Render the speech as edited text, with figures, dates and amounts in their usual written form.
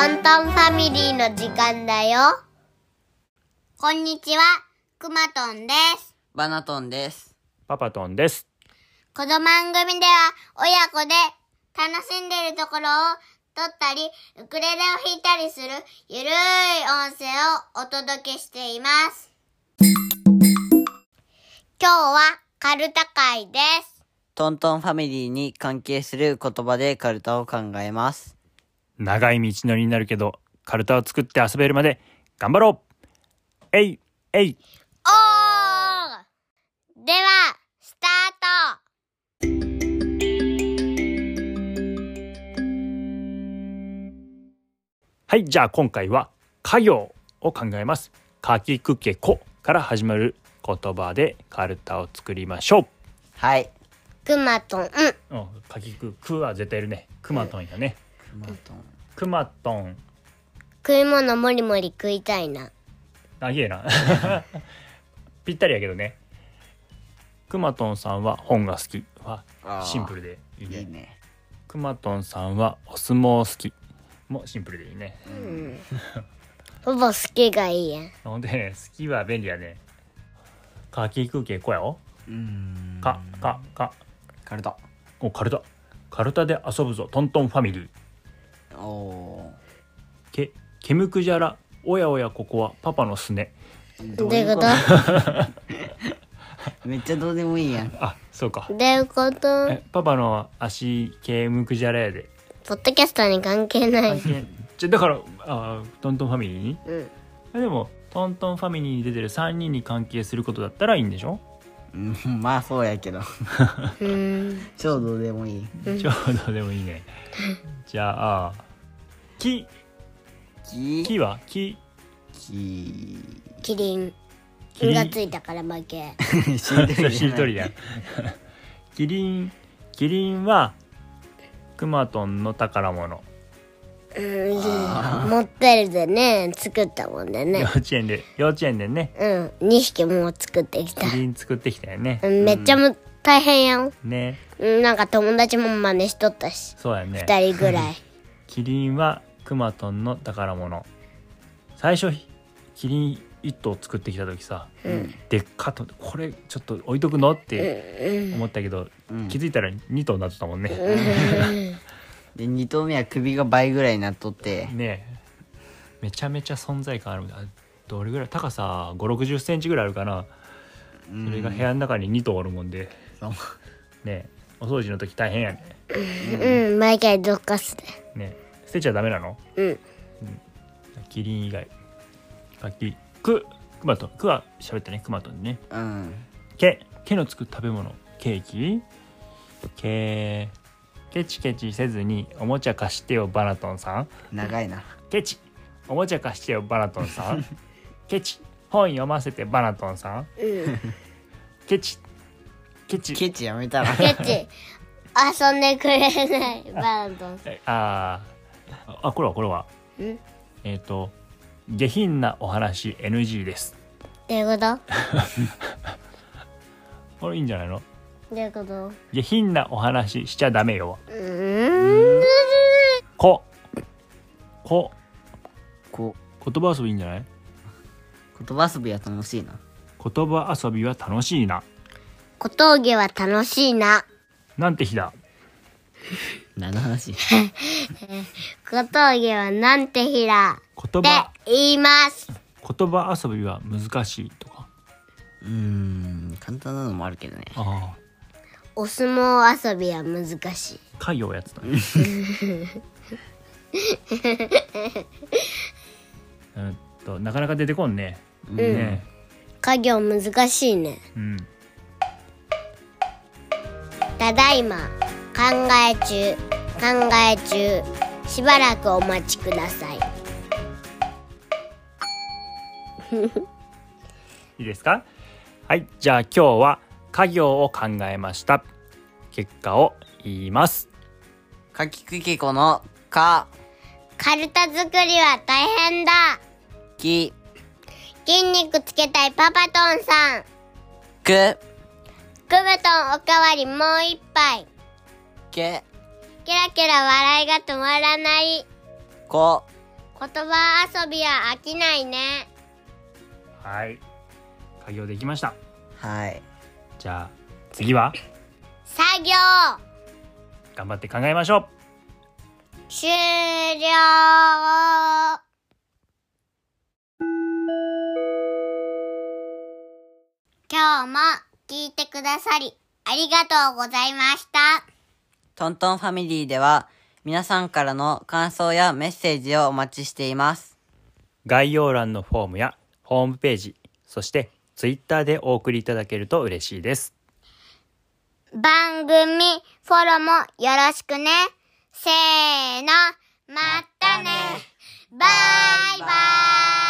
トントンファミリーの時間だよ。こんにちは、くまとんです。 バナトンです。 パパトンです。 この番組では親子で楽しんでいるところを撮ったり、ウクレレを弾いたりするゆるい音声をお届けしています。今日はカルタ会です。 トントンファミリーに関係する言葉でカルタを考えます。 長い道のりになるけど、カルタを作って遊べるまで頑張ろう。えいえい。 おー！では、スタート！ はい、じゃあ今回は家業を考えます。かきくけこから始まる言葉でカルタを作りましょう。 はい。 くまとん。 かきくは絶対いるね。くまとんやね。 クマトン。 くまとん。 食い物もりもり食いたいな。 あげえな。ぴったりやけどね。くまとんさんは本が好きはシンプルでいいね。 いいね。 くまとんさんはお相撲好きもシンプルでいいね。 ほぼ好きがいいやん。 ほんでね、好きは便利やね。かきくけこやお。かカルタ。 お、カルタ。カルタで遊ぶぞトントンファミリー。 おけむくじゃらおやおやここはパパのすね。 どういうこと？ めっちゃどうでもいいやん。 あ、そうか。 どういうこと？ パパの足けむくじゃらやで。 ポッドキャストに関係ない。 だからトントンファミリーに、 うん。 でもトントンファミリーに出てる3人に関係することだったらいいんでしょ。 まあそうやけど。超どうでもいい。 ちょうどでもいいね。じゃあきはキキリン。 キリンがついたから負け。 しりとりや。キリンはくまとんの宝物。 持ってるでね、作ったもんでね。 幼稚園でね。 2匹もう作ってきた。 キリン作ってきたよね。 めっちゃ大変やん。 ね。 なんか友達も真似しとったし。 そうやね。 2人ぐらい。 キリンはくまとんの宝物。最初キリン1頭作ってきた時さ、でっかとこれちょっと置いとくのって思ったけど、気づいたら2頭になってたもんね。 で2頭目は首が倍ぐらいになっとってねえ、めちゃめちゃ存在感ある。どれぐらい高さ5、60センチぐらいあるかな。それが部屋の中に2頭おるもんで、 そうねえ、お掃除の時大変やね。 毎回どっかすで。 ねえ、捨てちゃダメなの？キリン以外。くまとん。くは喋ったね。くまとんね。けのつく食べ物。ケーキ。ケチケチせずにおもちゃ貸してよバナトンさん。 長いな。 ケチおもちゃ貸してよバナトンさん。ケチ本読ませてバナトンさん。ケチケチやめたら。 ケチ遊んでくれないバナトン。 これは下品なお話 NG です。 どういうこと？ これいいんじゃないの？ どういうこと？ 下品なお話しちゃダメよ。言葉遊びいいんじゃない？ 言葉遊びは楽しいな。 言葉遊びは楽しいな。 小峠は楽しいな。 なんて日だ。 何の話？ 小峠はなんて日だって言います。 言葉遊びは難しいとか。 簡単なのもあるけどね。 お相撲遊びは難しい。 家業やつだ。なかなか出てこんね。 家業難しいね。ただいま考え中。しばらくお待ちください。 いいですか？はい、じゃあ今日は家業を考えました。結果を言います。 かきくけこのか。 カルタ作りは大変だ。 き。 筋肉つけたいパパトンさん。 く。 くむとんおかわりもう一杯。 け。 キラキラ笑いが止まらない。 こ。 言葉遊びは飽きないね。 はい、作業できました。 はい。 じゃあ次は作業頑張って考えましょう。 終了。今日も聞いてくださりありがとうございました。 トントンファミリーでは皆さんからの感想やメッセージをお待ちしています。 概要欄のフォームやホームページ、そしてツイッターでお送りいただけると嬉しいです。 番組フォローもよろしくね。せーの、またね。バイバイ。